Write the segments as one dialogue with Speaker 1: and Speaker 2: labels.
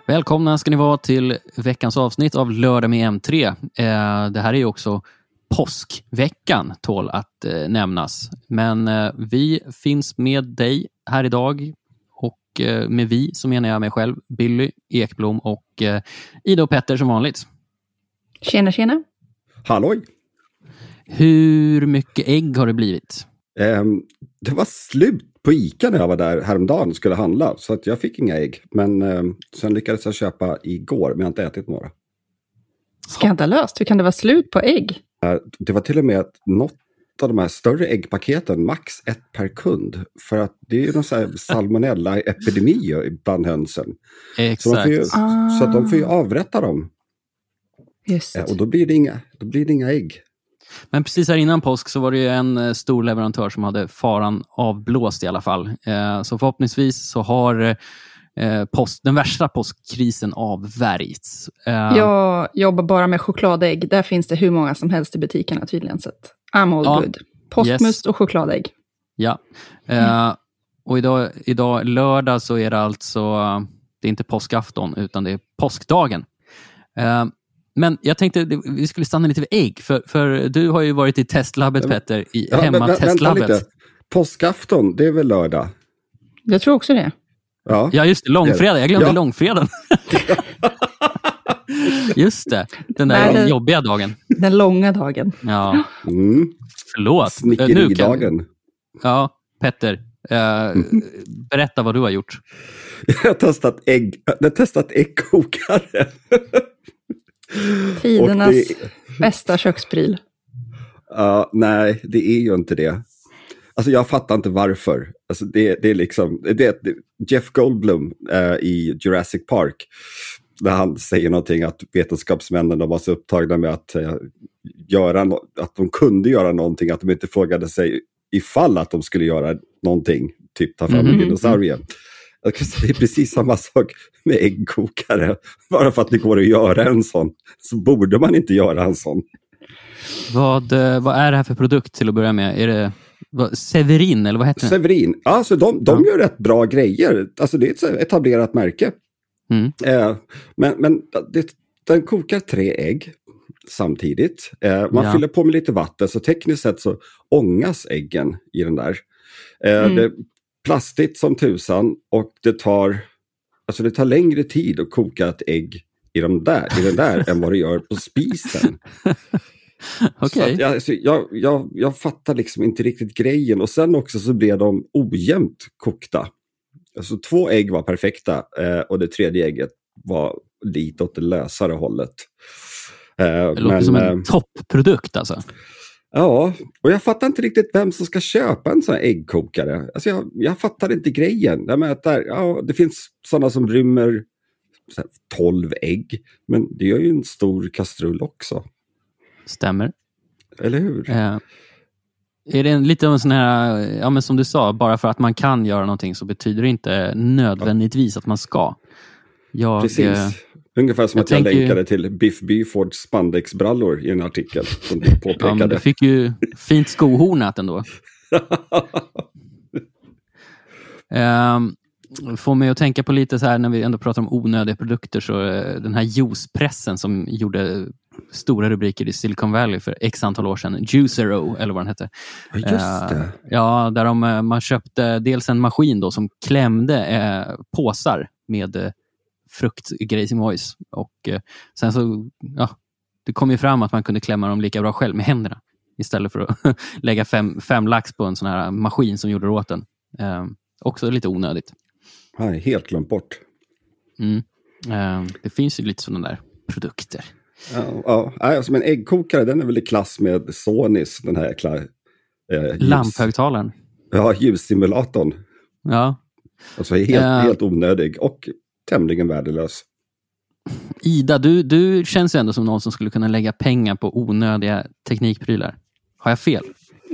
Speaker 1: Välkomna ska ni vara till veckans avsnitt av Lördag med M3. Det här är ju också påskveckan, tål att nämnas. Men vi finns med dig här idag. Och med vi så menar jag mig själv, Billy Ekblom och Ida och Petter som vanligt.
Speaker 2: Tjena, tjena.
Speaker 3: Halloj.
Speaker 1: Hur mycket ägg har det blivit?
Speaker 3: Det var slut på Ica när jag var där häromdagen och skulle handla. Så att jag fick inga ägg. Men sen lyckades jag köpa igår, men jag har inte ätit några.
Speaker 2: Skandalöst. Hur kan det vara slut på ägg?
Speaker 3: Det var till och med något av de här större äggpaketen, max 1 per kund. För att det är ju någon sån här salmonella-epidemi bland hönsen.
Speaker 1: Exakt.
Speaker 3: Så att de får ju avrätta dem.
Speaker 2: Just.
Speaker 3: Och då blir det inga ägg. Men
Speaker 1: precis här innan påsk så var det ju en stor leverantör som hade faran avblåst i alla fall. Så förhoppningsvis så har den värsta påskkrisen avvärjts.
Speaker 2: Jag jobbar bara med chokladägg. Där finns det hur många som helst i butikerna tydligen. Så I'm all good. Påskmust och chokladägg.
Speaker 1: Ja. Och idag lördag så är det alltså, det är inte påskafton utan det är påskdagen. Men jag tänkte vi skulle stanna lite vid ägg. För du har ju varit i testlabbet, Petter. Hemma-testlabbet.
Speaker 3: Vänta lite. Påskafton, det är väl lördag?
Speaker 2: Jag tror också det.
Speaker 1: Ja just det. Långfredag. Jag glömde långfredagen. Just det. Den där jobbiga dagen.
Speaker 2: Den långa dagen.
Speaker 1: Ja. Förlåt.
Speaker 3: Snickeridagen.
Speaker 1: Ja, Petter. Berätta vad du har gjort.
Speaker 3: Jag har testat äggkokare.
Speaker 2: Tidernas bästa kökspryl.
Speaker 3: Nej, det är ju inte det. Alltså jag fattar inte varför. Alltså det är liksom Jeff Goldblum i Jurassic Park, när han säger någonting att vetenskapsmännen var så upptagna med att att de kunde göra någonting, att de inte frågade sig ifall att de skulle göra någonting, typ ta fram en dinosaurie. Det är precis samma sak med äggkokare. Bara för att det går att göra en sån, så borde man inte göra en sån.
Speaker 1: Vad är det här för produkt till att börja med? Är det Severin eller vad heter det?
Speaker 3: Severin. Alltså de gör rätt bra grejer. Alltså det är ett etablerat märke. Men den kokar 3 ägg samtidigt. Man fyller på med lite vatten, så tekniskt sett så ångas äggen i den där. Det är plastigt som tusan, och det tar längre tid att koka ett ägg i den där än vad det gör på spisen.
Speaker 1: Okej.
Speaker 3: Jag fattar liksom inte riktigt grejen. Och sen också så blev de ojämnt kokta. Alltså 2 ägg var perfekta, och det 3:e ägget var lite åt det lösare hållet.
Speaker 1: Det låter som en toppprodukt alltså.
Speaker 3: Ja, och jag fattar inte riktigt vem som ska köpa en sån här äggkokare. Alltså jag fattar inte grejen. Det finns sådana som rymmer 12 ägg, men det är ju en stor kastrull också.
Speaker 1: Stämmer.
Speaker 3: Eller hur?
Speaker 1: Är det lite av en sån här, men som du sa, bara för att man kan göra någonting så betyder det inte nödvändigtvis att man ska.
Speaker 3: Precis. Ungefär som jag länkade till Biff Byfords spandexbrallor i en artikel som du påpekade.
Speaker 1: Men du fick ju fint skohornat ändå. Får mig att tänka på lite så här, när vi ändå pratar om onödiga produkter, så den här juicepressen som gjorde stora rubriker i Silicon Valley för x antal år sedan, Juicero eller vad den hette.
Speaker 3: Just det.
Speaker 1: Där man köpte dels en maskin då som klämde påsar med fruktgrejsimojs, och sen så det kom ju fram att man kunde klämma dem lika bra själv med händerna istället för att lägga 5 lax på en sån här maskin som gjorde det åt den. Också lite onödigt.
Speaker 3: Nej, helt glömt bort.
Speaker 1: Det finns ju lite sådana där produkter.
Speaker 3: Alltså, men äggkokare, den är väl i klass med Sonys, den här
Speaker 1: lamphögtalaren.
Speaker 3: Ja, ljussimulatorn.
Speaker 1: Ja.
Speaker 3: Alltså helt onödig och tämligen värdelös.
Speaker 1: Ida, du känns ju ändå som någon som skulle kunna lägga pengar på onödiga teknikprylar. Har jag fel?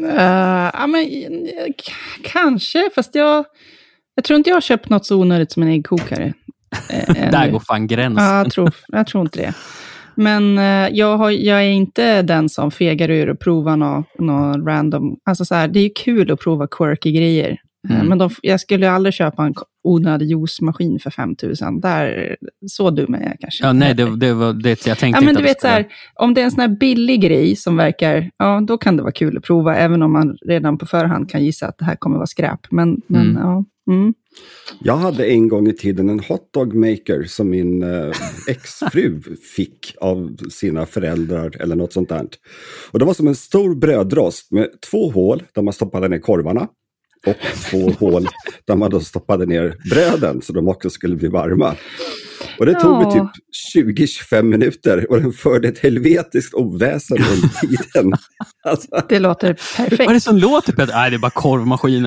Speaker 2: Kanske, fast jag tror inte jag har köpt något så onödigt som en äggkokare.
Speaker 1: Där går fan gränsen.
Speaker 2: Ja, jag tror inte det. Men jag är inte den som fegar ur och provar någon random. Alltså så här, det är ju kul att prova quirky grejer. Men jag skulle aldrig köpa en onödig juicemaskin för 5 000. Så dum är jag kanske.
Speaker 1: Ja, nej, det var det jag tänkte.
Speaker 2: Ja, men du vet så här, om det är en sån här billig grej som verkar, ja, då kan det vara kul att prova, även om man redan på förhand kan gissa att det här kommer vara skräp. Men ja.
Speaker 3: Jag hade en gång i tiden en hotdog maker som min exfru fick av sina föräldrar eller något sånt där. Och det var som en stor brödrost med 2 hål där man stoppade ner korvarna och 2 hål där man då stoppade ner bröden så de också skulle bli varma. Och det tog typ 20-25 minuter och den förde ett helvetiskt oväsen under tiden. Alltså.
Speaker 2: Det låter perfekt.
Speaker 1: Vad är det som låter, Peter? Nej, det är bara korvmaskinen.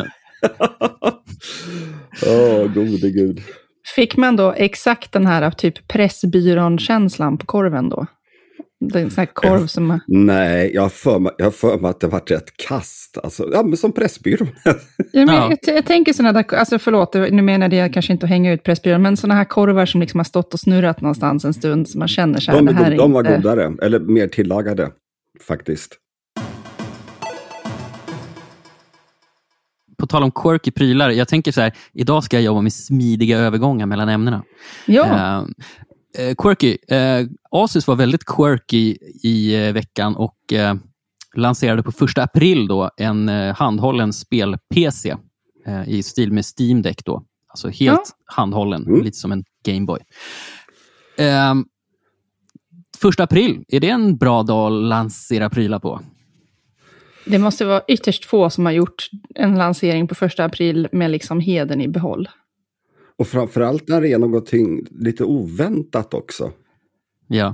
Speaker 3: Gode gud.
Speaker 2: Fick man då exakt den här typ Pressbyrån-känslan på korven då? Det är en sån här korv som...
Speaker 3: Nej, jag har för mig att det var rätt kast. Alltså, ja, men som Pressbyrån.
Speaker 2: Jag tänker sådana där, alltså förlåt, nu menar jag kanske inte att hänga ut Pressbyrån, men sådana här korvar som liksom har stått och snurrat någonstans en stund, som man känner så här.
Speaker 3: De var godare, eller mer tillagade faktiskt.
Speaker 1: På tal om quirky prylar, jag tänker så här, idag ska jag jobba med smidiga övergångar mellan ämnena.
Speaker 2: Ja.
Speaker 1: Quirky. Asus var väldigt quirky i veckan och lanserade på 1 april då en handhållen spel-PC i stil med Steam Deck då. Alltså helt handhållen, lite som en Gameboy. 1 april, är det en bra dag att lansera prylar på?
Speaker 2: Det måste vara ytterst få som har gjort en lansering på 1 april med liksom heden i behåll.
Speaker 3: Och framförallt när det är någonting lite oväntat också.
Speaker 1: Ja.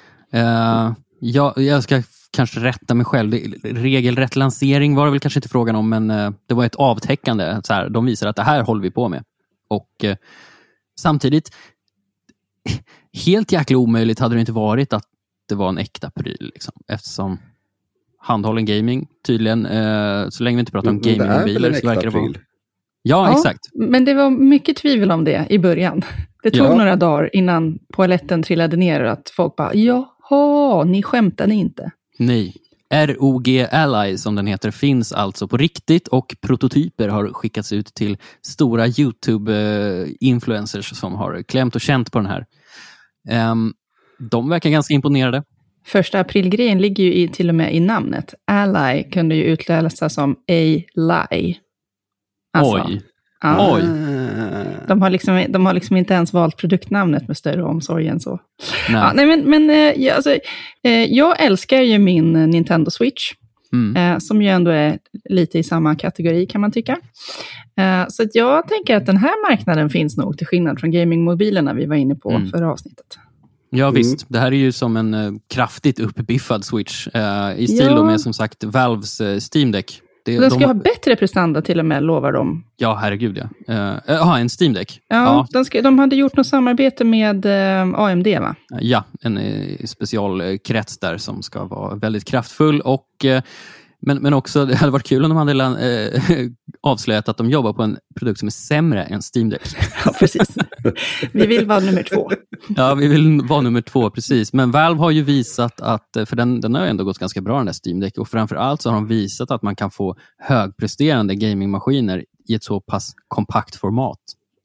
Speaker 1: Jag ska kanske rätta mig själv. Regelrätt lansering var det väl kanske inte frågan om, men det var ett avtäckande. Så här, de visar att det här håller vi på med. Och samtidigt, helt jäkla omöjligt hade det inte varit att det var en äkta pryl. Liksom, eftersom handhållen gaming, tydligen, så länge vi inte pratar om gamingmobiler så verkar det vara... Ja, exakt.
Speaker 2: Men det var mycket tvivel om det i början. Det tog några dagar innan poletten trillade ner och att folk bara, jaha, ni skämtade inte.
Speaker 1: Nej. ROG Ally, som den heter, finns alltså på riktigt och prototyper har skickats ut till stora YouTube-influencers som har klämt och känt på den här. De verkar ganska imponerade.
Speaker 2: 1 april-grejen ligger ju till och med i namnet. Ally kunde ju utläsas som A-lie. Alltså,
Speaker 1: Oj.
Speaker 2: Ja. Oj. De har liksom inte ens valt produktnamnet med större omsorg än så. Jag älskar ju min Nintendo Switch. Som ju ändå är lite i samma kategori kan man tycka. Så att jag tänker att den här marknaden finns nog till skillnad från gamingmobilerna vi var inne på förra avsnittet.
Speaker 1: Ja visst, det här är ju som en kraftigt uppbiffad Switch i stil då med som sagt Valves Steam Deck.
Speaker 2: Den ska ha bättre prestanda till och med, lovar de.
Speaker 1: Ja, herregud en Steam Deck.
Speaker 2: Ja. De hade gjort något samarbete med AMD va?
Speaker 1: Ja, en specialkrets där som ska vara väldigt kraftfull och men också, det hade varit kul om de hade avslöjat att de jobbar på en produkt som är sämre än Steam Deck.
Speaker 2: Ja, precis. Vi vill vara nummer 2.
Speaker 1: Ja, vi vill vara nummer 2, precis. Men Valve har ju visat att, för den har ju ändå gått ganska bra den där Steam Deck, och framförallt så har de visat att man kan få högpresterande gamingmaskiner i ett så pass kompakt format.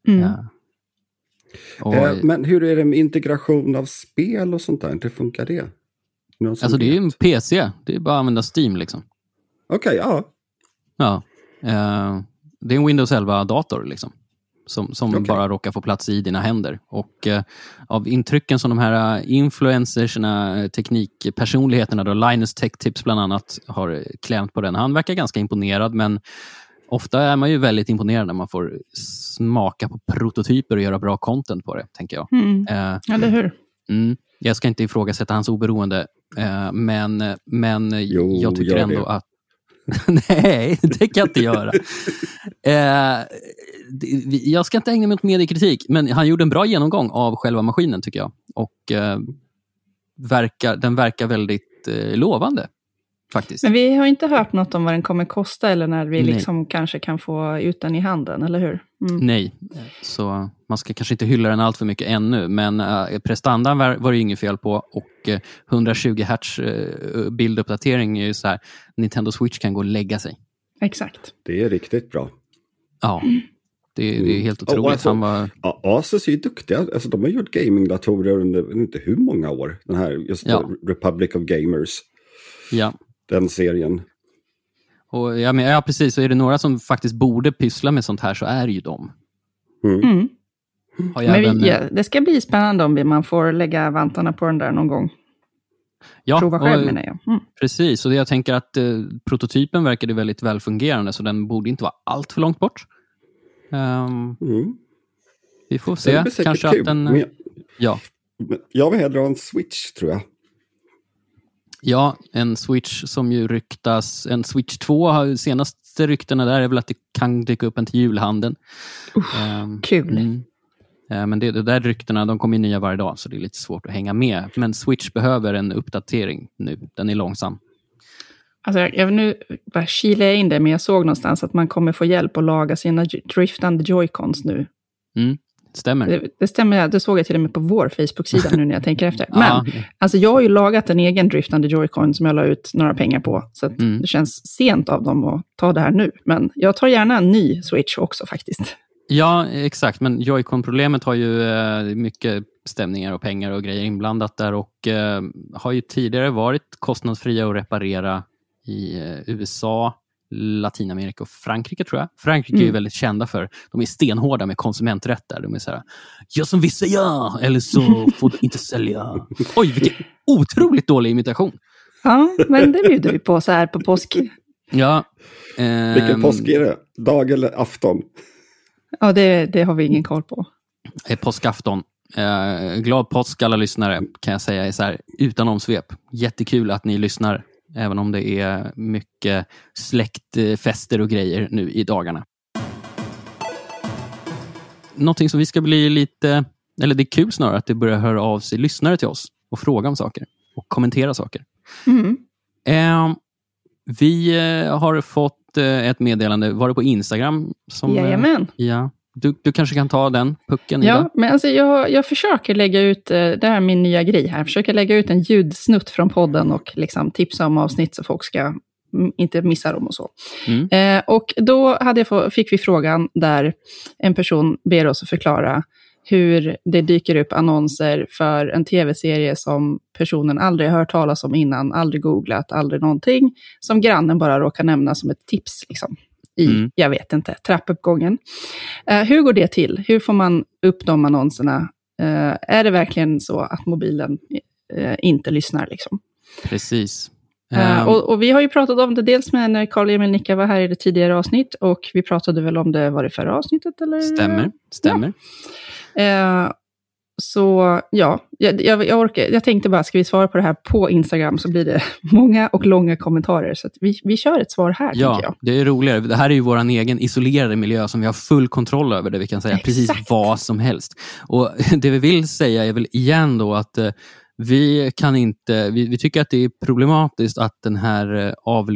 Speaker 3: Men hur är det med integration av spel och sånt där? Hur funkar det?
Speaker 1: Alltså det är ju en PC, det är bara att använda Steam liksom.
Speaker 3: Okej, ja.
Speaker 1: Ja, det är en Windows 11-dator liksom. Som bara råkar få plats i dina händer. Och av intrycken som de här influencersna, teknikpersonligheterna då, Linus Tech Tips bland annat, har klämt på den. Han verkar ganska imponerad, men ofta är man ju väldigt imponerad när man får smaka på prototyper och göra bra content på det, tänker jag.
Speaker 2: Eller hur?
Speaker 1: Jag ska inte ifrågasätta hans oberoende, men jag tycker ändå att nej, det kan jag inte göra. Jag ska inte ägna mig åt mediekritik, men han gjorde en bra genomgång av själva maskinen tycker jag. Och den verkar väldigt lovande faktiskt.
Speaker 2: Men vi har inte hört något om vad den kommer kosta eller när vi liksom kanske kan få ut den i handen, eller hur?
Speaker 1: Nej, så man ska kanske inte hylla den allt för mycket ännu, men prestandan var det ju inget fel på, och 120 Hz bilduppdatering är ju så här, Nintendo Switch kan gå och lägga sig.
Speaker 2: Exakt.
Speaker 3: Det är riktigt bra.
Speaker 1: Ja, det är helt otroligt.
Speaker 3: Asus är ju duktiga. Alltså, de har gjort gamingdatorer under inte hur många år. Den här just Republic of Gamers.
Speaker 1: Ja.
Speaker 3: Den serien.
Speaker 1: Och precis. Så är det några som faktiskt borde pyssla med sånt här så är det ju de.
Speaker 2: Det ska bli spännande om man får lägga vantarna på den där någon gång.
Speaker 1: Ja,
Speaker 2: prova själv menar jag.
Speaker 1: Precis, och jag tänker att prototypen verkade väldigt välfungerande så den borde inte vara allt för långt bort. Vi får se. Kanske att den...
Speaker 3: Jag vill hellre ha en Switch, tror jag.
Speaker 1: Ja, en Switch som ju ryktas... En Switch 2, senaste ryktena där är väl att det kan dyka upp en till julhandeln.
Speaker 2: Kul.
Speaker 1: Men det där ryktena, de kommer ju nya varje dag så det är lite svårt att hänga med. Men Switch behöver en uppdatering nu. Den är långsam.
Speaker 2: Alltså jag vill nu bara kila in det, men jag såg någonstans att man kommer få hjälp att laga sina driftande Joy-Cons nu.
Speaker 1: Stämmer.
Speaker 2: Det stämmer, det såg jag till och med på vår Facebook-sida nu när jag tänker efter. Men alltså jag har ju lagat en egen driftande Joy-Con som jag la ut några pengar på. Så att det känns sent av dem att ta det här nu. Men jag tar gärna en ny Switch också faktiskt.
Speaker 1: Ja, exakt. Men Joy-Con-problemet har ju mycket stämningar och pengar och grejer inblandat där. Och har ju tidigare varit kostnadsfria att reparera i USA, Latinamerika och Frankrike tror jag. Frankrike är ju väldigt kända för, de är stenhårda med konsumenträtt där. De är så här, jag som vill säga, eller så får du inte sälja. Oj, vilken otroligt dålig imitation.
Speaker 2: Ja, men det bjuder vi på så här på påsk.
Speaker 1: Ja.
Speaker 3: Vilken påsk är det? Dag eller afton?
Speaker 2: Ja, det har vi ingen koll på.
Speaker 1: Påskafton. Glad påsk alla lyssnare kan jag säga är så här, utan omsvep. Jättekul att ni lyssnar. Även om det är mycket släktfester och grejer nu i dagarna. Någonting som vi ska bli lite... Eller det är kul snarare att det börjar höra av sig lyssnare till oss. Och fråga om saker. Och kommentera saker. Vi har fått ett meddelande. Var det på Instagram?
Speaker 2: Jajamän.
Speaker 1: Ja. Du kanske kan ta den pucken.
Speaker 2: Ja, men alltså jag försöker lägga ut, det här är min nya grej här, jag försöker lägga ut en ljudsnutt från podden och liksom tipsa om avsnitt så folk ska inte missa dem och så. Och då fick vi frågan där en person ber oss att förklara hur det dyker upp annonser för en tv-serie som personen aldrig har hört talas om innan, aldrig googlat, aldrig någonting, som grannen bara råkar nämna som ett tips liksom. Jag vet inte, trappuppgången. Hur går det till? Hur får man upp de annonserna? Är det verkligen så att mobilen inte lyssnar liksom?
Speaker 1: Precis.
Speaker 2: Och vi har ju pratat om det dels med när Carl-Emil Nicka var här i det tidigare avsnitt och vi pratade väl om det, var det förra avsnittet? Eller?
Speaker 1: Stämmer.
Speaker 2: Ja. Så ja, jag tänkte bara, ska vi svara på det här på Instagram så blir det många och långa kommentarer. Så att vi kör ett svar här, tycker jag.
Speaker 1: Ja, det är roligare. Det här är ju vår egen isolerade miljö som vi har full kontroll över, där vi kan säga precis vad som helst. Och det vi vill säga är väl igen då att vi tycker att det är problematiskt att den här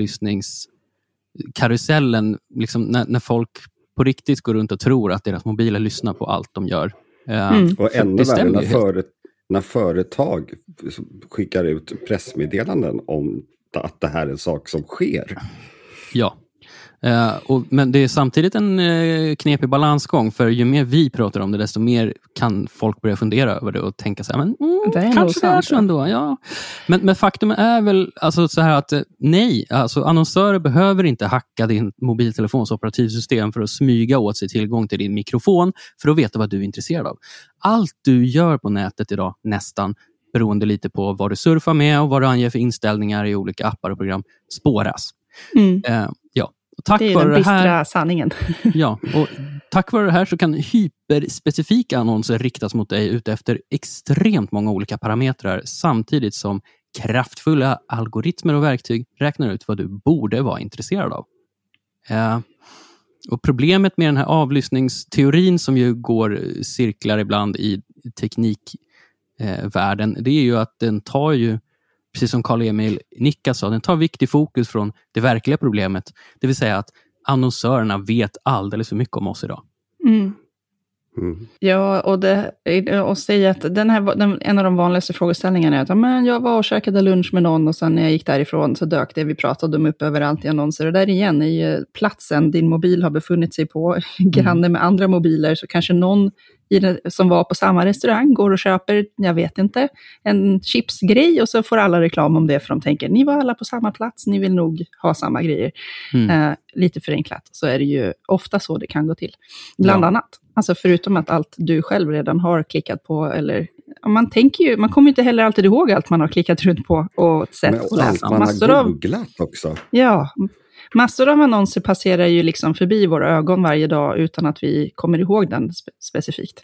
Speaker 1: avlyssningskarusellen, liksom när folk på riktigt går runt och tror att deras mobiler lyssnar på allt de gör.
Speaker 3: Och ännu värre när företag skickar ut pressmeddelanden om att det här är en sak som sker.
Speaker 1: Ja, men det är samtidigt en knepig balansgång, för ju mer vi pratar om det desto mer kan folk börja fundera över det och tänka så här, kanske det är så ändå. Ja. Men faktum är väl alltså så här att nej, alltså annonsörer behöver inte hacka din mobiltelefons operativsystem för att smyga åt sig tillgång till din mikrofon för att veta vad du är intresserad av. Allt du gör på nätet idag, nästan, beroende lite på vad du surfar med och vad du anger för inställningar i olika appar och program, spåras. Tack
Speaker 2: det är den bistra sanningen.
Speaker 1: Ja, och tack vare det här så kan hyperspecifika annonser riktas mot dig ut efter extremt många olika parametrar, samtidigt som kraftfulla algoritmer och verktyg räknar ut vad du borde vara intresserad av. Och problemet med den här avlyssningsteorin som ju går cirklar ibland i teknikvärlden, det är ju att den tar ju, precis som Carl-Emil Nicka sa, den tar viktig fokus från det verkliga problemet. Det vill säga att annonsörerna vet alldeles för mycket om oss idag.
Speaker 2: Ja, och säga att en av de vanligaste frågeställningarna är att men jag var och käkade lunch med någon och sen när jag gick därifrån så dök det vi pratade om upp överallt i annonser. Och där igen är ju platsen din mobil har befunnit sig på, granne med andra mobiler, så kanske någon som var på samma restaurang går och köper, jag vet inte, en chipsgrej och så får alla reklam om det för de tänker, ni var alla på samma plats, ni vill nog ha samma grejer. Lite förenklat så är det ju ofta så det kan gå till. Bland annat, alltså förutom att allt du själv redan har klickat på, eller man tänker ju, man kommer ju inte heller alltid ihåg allt man har klickat runt på och sett och läst.
Speaker 3: Man har googlat också.
Speaker 2: Ja, massor av annonser passerar ju liksom förbi våra ögon varje dag utan att vi kommer ihåg den specifikt.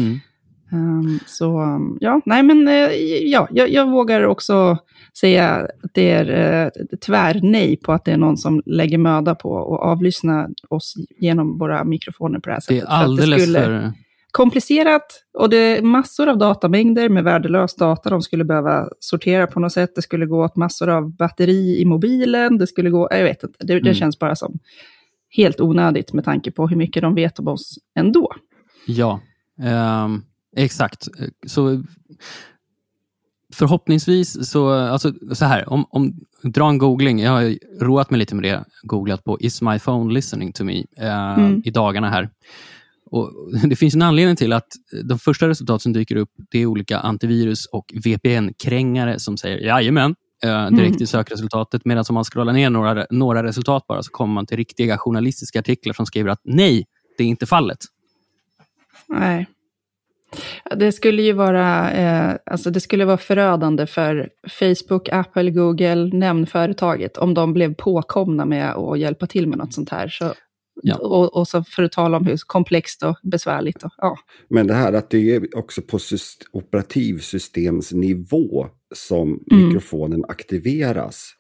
Speaker 2: Jag vågar också säga att det är tvärnej på att det är någon som lägger möda på att avlyssna oss genom våra mikrofoner på det här sättet.
Speaker 1: Det är alldeles för
Speaker 2: komplicerat och det är massor av datamängder med värdelös data de skulle behöva sortera på något sätt. Det skulle gå åt massor av batteri i mobilen. Det skulle gå, jag vet inte, det känns bara som helt onödigt med tanke på hur mycket de vet om oss ändå.
Speaker 1: Ja, exakt. Så förhoppningsvis så här, om dra en googling, jag har roat mig lite med det, googlat på Is my phone listening to me i dagarna här. Och det finns en anledning till att de första resultat som dyker upp, det är olika antivirus och VPN-krängare som säger jajamän direkt i sökresultatet, medan om man scrollar ner några resultat bara så kommer man till riktiga journalistiska artiklar som skriver att nej, det är inte fallet.
Speaker 2: Nej. Det skulle ju vara det skulle vara förödande för Facebook, Apple, Google, nämn företaget om de blev påkomna med att hjälpa till med något sånt här. Så, och så för att tala om hur komplext och besvärligt.
Speaker 3: Men det här att det är också på operativsystemsnivå som mikrofonen aktiveras.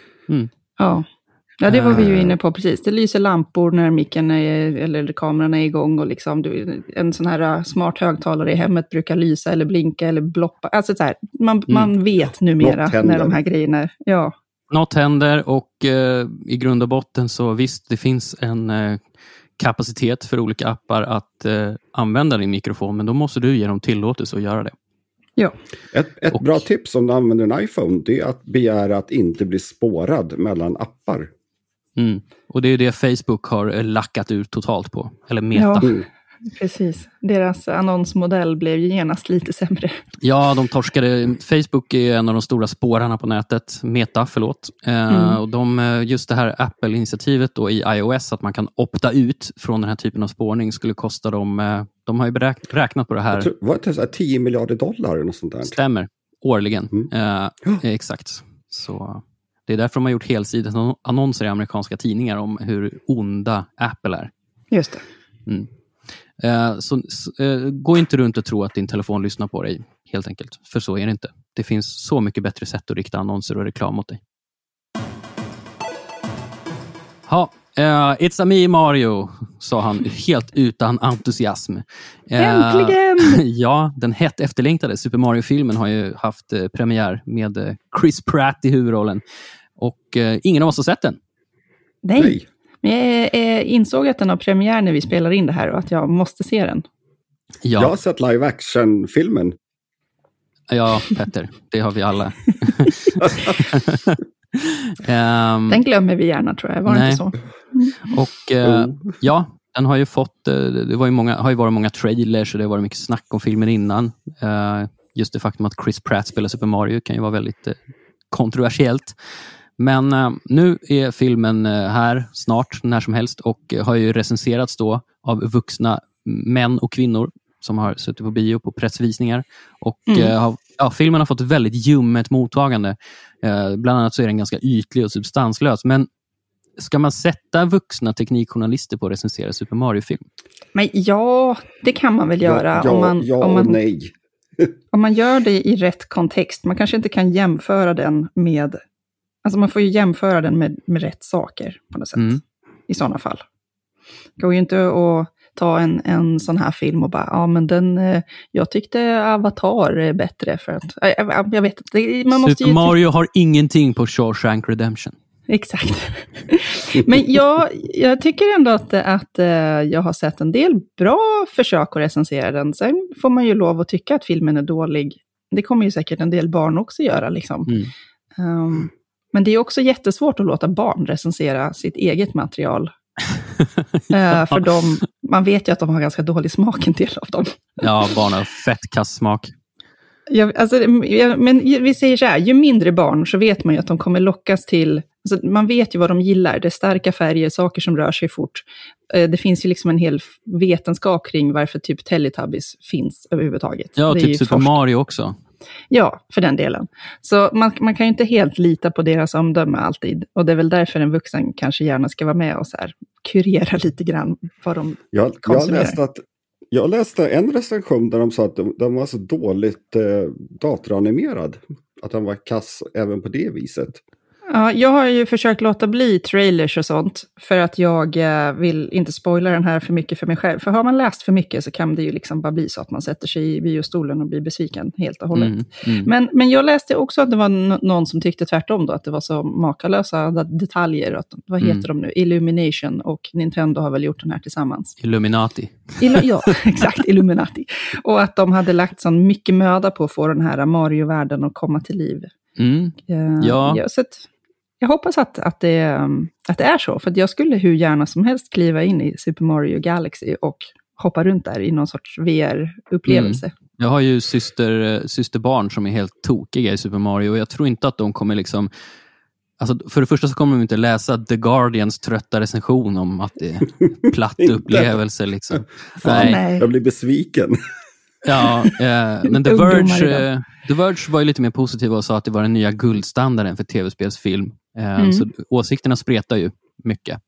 Speaker 2: Ja, det var vi ju inne på precis. Det lyser lampor när micken eller kameran är igång och liksom en sån här smart högtalare i hemmet brukar lysa eller blinka eller bloppa. Alltså så här, man vet numera när de här grejerna,
Speaker 1: Något händer och i grund och botten så visst, det finns en kapacitet för olika appar att använda din mikrofon, men då måste du ge dem tillåtelse att göra det.
Speaker 2: Ja.
Speaker 3: Ett bra tips om du använder en iPhone, det är att begära att inte bli spårad mellan appar.
Speaker 1: Och det är det Facebook har lackat ut totalt på, eller Meta.
Speaker 2: Ja, precis. Deras annonsmodell blev ju genast lite sämre.
Speaker 1: Ja, de torskade. Facebook är en av de stora spårarna på nätet. Meta, förlåt. Och just det här Apple-initiativet då i iOS, att man kan opta ut från den här typen av spårning, skulle kosta dem, de har ju räknat på det här.
Speaker 3: Vad är det, $10 miljarder eller något sånt där?
Speaker 1: Stämmer, årligen. Exakt. Så det är därför de har gjort helsides annonser i amerikanska tidningar om hur onda Apple är.
Speaker 2: Just det.
Speaker 1: Så gå inte runt och tro att din telefon lyssnar på dig, helt enkelt. För så är det inte. Det finns så mycket bättre sätt att rikta annonser och reklam mot dig. It's a me, Mario, sa han helt utan entusiasm.
Speaker 2: Äntligen!
Speaker 1: Ja, den hett efterlängtade Super Mario-filmen har ju haft premiär med Chris Pratt i huvudrollen. Och ingen av oss har sett den.
Speaker 2: Nej. Men jag insåg att den har premiär när vi spelar in det här och att jag måste se den.
Speaker 3: Ja. Jag har sett live action-filmen.
Speaker 1: Ja, Petter, det har vi alla.
Speaker 2: Den glömmer vi gärna, tror jag. Var det inte så?
Speaker 1: Och den har ju fått, det har ju varit många trailers och det har varit mycket snack om filmen innan. Just det faktum att Chris Pratt spelar Super Mario kan ju vara väldigt kontroversiellt. Men nu är filmen här snart, när som helst, och har ju recenserats då av vuxna män och kvinnor som har suttit på bio på pressvisningar. Och filmen har fått väldigt ljummet mottagande. Bland annat så är den ganska ytlig och substanslös. Men ska man sätta vuxna teknikjournalister på att recensera Super Mario-film?
Speaker 2: Men ja, det kan man väl göra.
Speaker 3: Om man nej.
Speaker 2: Om man gör det i rätt kontext. Man kanske inte kan jämföra den med... Alltså man får ju jämföra den med rätt saker på något sätt. I sådana fall. Det går ju inte att ta en sån här film och bara, jag tyckte Avatar är bättre för att, jag vet inte.
Speaker 1: Super Mario har ingenting på Shawshank Redemption.
Speaker 2: Exakt. Men jag tycker ändå att jag har sett en del bra försök att recensera den. Sen får man ju lov att tycka att filmen är dålig. Det kommer ju säkert en del barn också göra liksom. Men det är också jättesvårt att låta barn recensera sitt eget material. För man vet ju att de har ganska dålig smak, en del av dem.
Speaker 1: Ja, barn har fett kass smak.
Speaker 2: Men vi säger så här, ju mindre barn så vet man ju att de kommer lockas till, alltså man vet ju vad de gillar, det är starka färger, saker som rör sig fort. Det finns ju liksom en hel vetenskap kring varför typ Teletubbies finns överhuvudtaget.
Speaker 1: Ja,
Speaker 2: det
Speaker 1: typ Super Mario också.
Speaker 2: Ja, för den delen. Så man kan ju inte helt lita på deras omdöme alltid. Och det är väl därför en vuxen kanske gärna ska vara med och så här kurera lite grann vad de konsumerar.
Speaker 3: Jag läste en recension där de sa att de var så dåligt datoranimerad. Att de var kass även på det viset.
Speaker 2: Ja, jag har ju försökt låta bli trailers och sånt. För att jag vill inte spoila den här för mycket för mig själv. För har man läst för mycket så kan det ju liksom bara bli så att man sätter sig i biostolen och blir besviken helt och hållet. Men jag läste också att det var någon som tyckte tvärtom då. Att det var så makalösa detaljer. Att, vad heter de nu? Illumination och Nintendo har väl gjort den här tillsammans.
Speaker 1: Illuminati.
Speaker 2: Ja, exakt. Illuminati. Och att de hade lagt så mycket möda på att få den här Mario-världen att komma till liv. Så jag hoppas att det är så. För att jag skulle hur gärna som helst kliva in i Super Mario Galaxy och hoppa runt där i någon sorts VR-upplevelse.
Speaker 1: Jag har ju systerbarn som är helt tokiga i Super Mario. Och jag tror inte att de kommer liksom... Alltså för det första så kommer de inte läsa The Guardians trötta recension om att det är platt upplevelse. Liksom.
Speaker 3: Nej. Jag blir besviken.
Speaker 1: Ja, men The Verge var ju lite mer positiva och sa att det var den nya guldstandarden för tv-spelsfilm. Så åsikterna spretar ju mycket.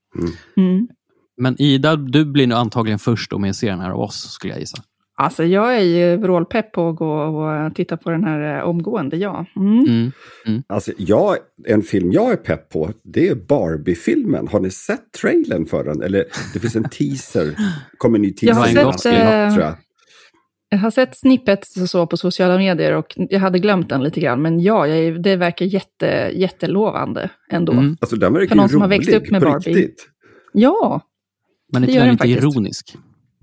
Speaker 1: Men Ida, du blir nog antagligen först med serien här av oss, skulle jag gissa.
Speaker 2: Alltså jag är ju vrålpepp på att gå och titta på den här omgående, ja.
Speaker 3: Alltså en film jag är pepp på, det är Barbie-filmen. Har ni sett trailern för den? Eller det finns en teaser, kommer en ny teaser tror jag.
Speaker 2: Jag har sett snippet så på sociala medier och jag hade glömt den lite grann. Men ja, det verkar jättelovande ändå.
Speaker 3: Alltså den verkar
Speaker 2: för någon
Speaker 3: rolig,
Speaker 2: som har växt upp med Barbie. Riktigt. Ja,
Speaker 1: men är den lite ironisk?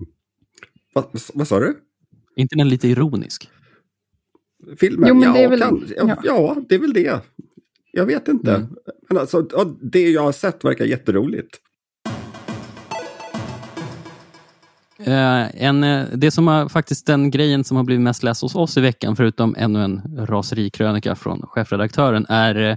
Speaker 3: Vad sa du?
Speaker 1: Inte den lite ironisk?
Speaker 3: Filmen? Jo, men det är väl, ja, det är väl det. Jag vet inte. Men alltså, det jag har sett verkar jätteroligt.
Speaker 1: Det som har faktiskt den grejen som har blivit mest läst hos oss i veckan, förutom ännu en raserikrönika från chefredaktören, är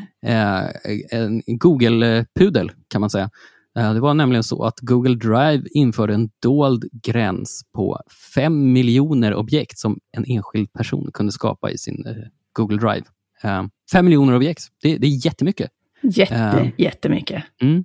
Speaker 1: en Google-pudel kan man säga. Det var nämligen så att Google Drive införde en dold gräns på 5 miljoner objekt som en enskild person kunde skapa i sin Google Drive. 5 miljoner objekt, det är jättemycket.
Speaker 2: Jättemycket.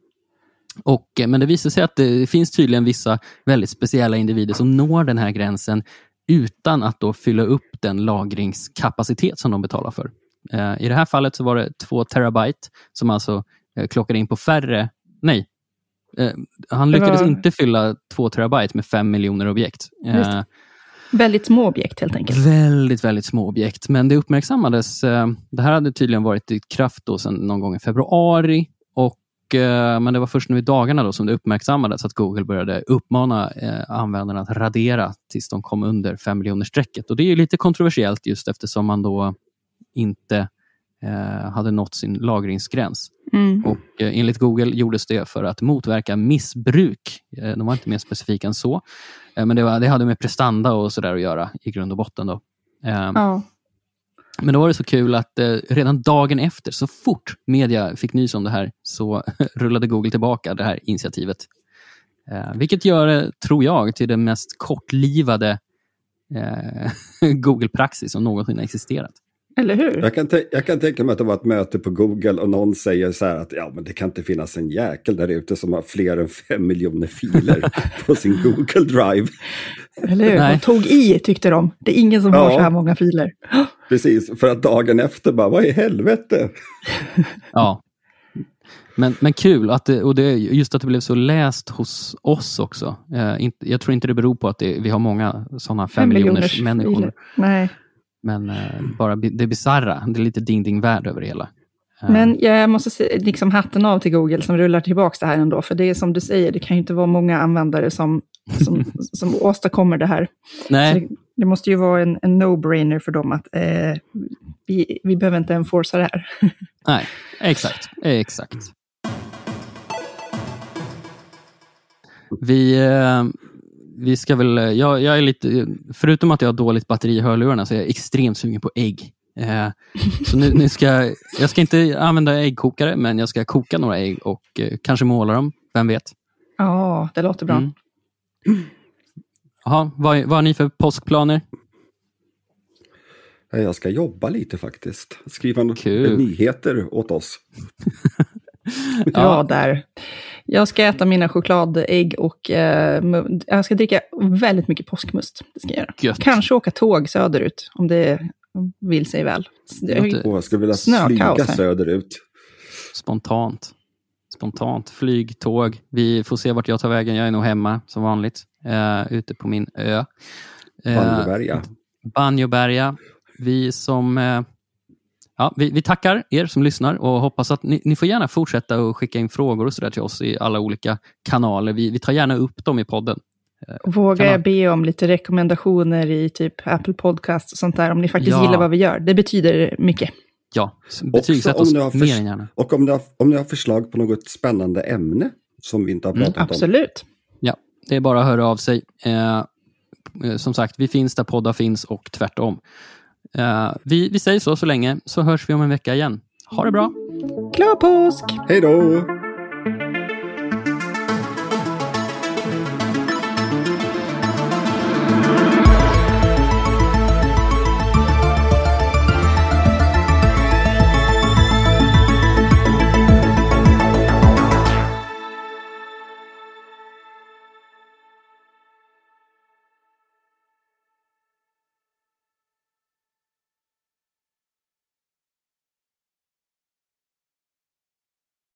Speaker 1: Men det visar sig att det finns tydligen vissa väldigt speciella individer som når den här gränsen utan att då fylla upp den lagringskapacitet som de betalar för. I det här fallet så var det 2 terabyte som alltså klockade in på färre... Nej, han lyckades inte fylla 2 terabyte med 5 miljoner objekt.
Speaker 2: Väldigt små objekt helt enkelt.
Speaker 1: Väldigt, väldigt små objekt. Men det uppmärksammades... Det här hade tydligen varit i kraft då sedan någon gång i februari. Men det var först nu i dagarna då som det uppmärksammades att Google började uppmana användarna att radera tills de kom under 5 miljoner strecket. Och det är ju lite kontroversiellt just eftersom man då inte hade nått sin lagringsgräns. Och enligt Google gjordes det för att motverka missbruk. De var inte mer specifika än så. Men det hade med prestanda och sådär att göra i grund och botten då. Men då var det så kul att redan dagen efter, så fort media fick nys om det här, så rullade Google tillbaka det här initiativet. Vilket gör det, tror jag, till den mest kortlivade Google-praxis som någonsin har existerat.
Speaker 2: Eller hur?
Speaker 3: Jag kan tänka mig att det var ett möte på Google och någon säger så här att men det kan inte finnas en jäkel där ute som har fler än 5 miljoner filer på sin Google Drive.
Speaker 2: Eller hur? De tog i, tyckte de. Det är ingen som har så här många filer.
Speaker 3: Precis, för att dagen efter bara, vad i helvete?
Speaker 1: Ja. Men kul, just att det blev så läst hos oss också. Jag tror inte det beror på att vi har många sådana 5 miljoners människor.
Speaker 2: Nej.
Speaker 1: Men bara det bizarra, det är lite ding-ding-värld över det hela.
Speaker 2: Men jag måste se, liksom hatten av till Google som rullar tillbaka det här ändå. För det är som du säger, det kan ju inte vara många användare som åstadkommer det här.
Speaker 1: Nej.
Speaker 2: Det måste ju vara en no-brainer för dem att vi behöver inte enforca det här.
Speaker 1: Nej, exakt. Vi ska väl, jag är lite, förutom att jag har dåligt batteri i hörlurarna så är jag extremt sugen på ägg. Så nu ska jag ska inte använda äggkokare, men jag ska koka några ägg och kanske måla dem, vem vet.
Speaker 2: Ja, det låter bra.
Speaker 1: Jaha, vad har ni för påskplaner?
Speaker 3: Jag ska jobba lite faktiskt. Skriva nyheter åt oss.
Speaker 2: Ja, där. Jag ska äta mina chokladägg och jag ska dricka väldigt mycket påskmust. Det ska jag göra.
Speaker 1: Gött.
Speaker 2: Kanske åka tåg söderut om det vill sig väl.
Speaker 3: Jag skulle vilja flyga söderut.
Speaker 1: Spontant. Flyg, tåg. Vi får se vart jag tar vägen. Jag är nog hemma som vanligt. Ute på min ö. Banjoberga. Vi tackar er som lyssnar och hoppas att ni får gärna fortsätta och skicka in frågor och sådär till oss i alla olika kanaler. Vi tar gärna upp dem i podden.
Speaker 2: Vågar jag be om lite rekommendationer i typ Apple Podcast och sånt där om ni faktiskt gillar vad vi gör. Det betyder mycket.
Speaker 1: Ja, betygsätt oss mer än gärna.
Speaker 3: Och om ni har förslag på något spännande ämne som vi inte har pratat om.
Speaker 2: Absolut.
Speaker 1: Ja, det är bara att höra av sig. Som sagt, vi finns där poddar finns och tvärtom. Vi säger så länge, så hörs vi om en vecka igen. Ha det bra!
Speaker 2: Glad påsk!
Speaker 3: Hej då!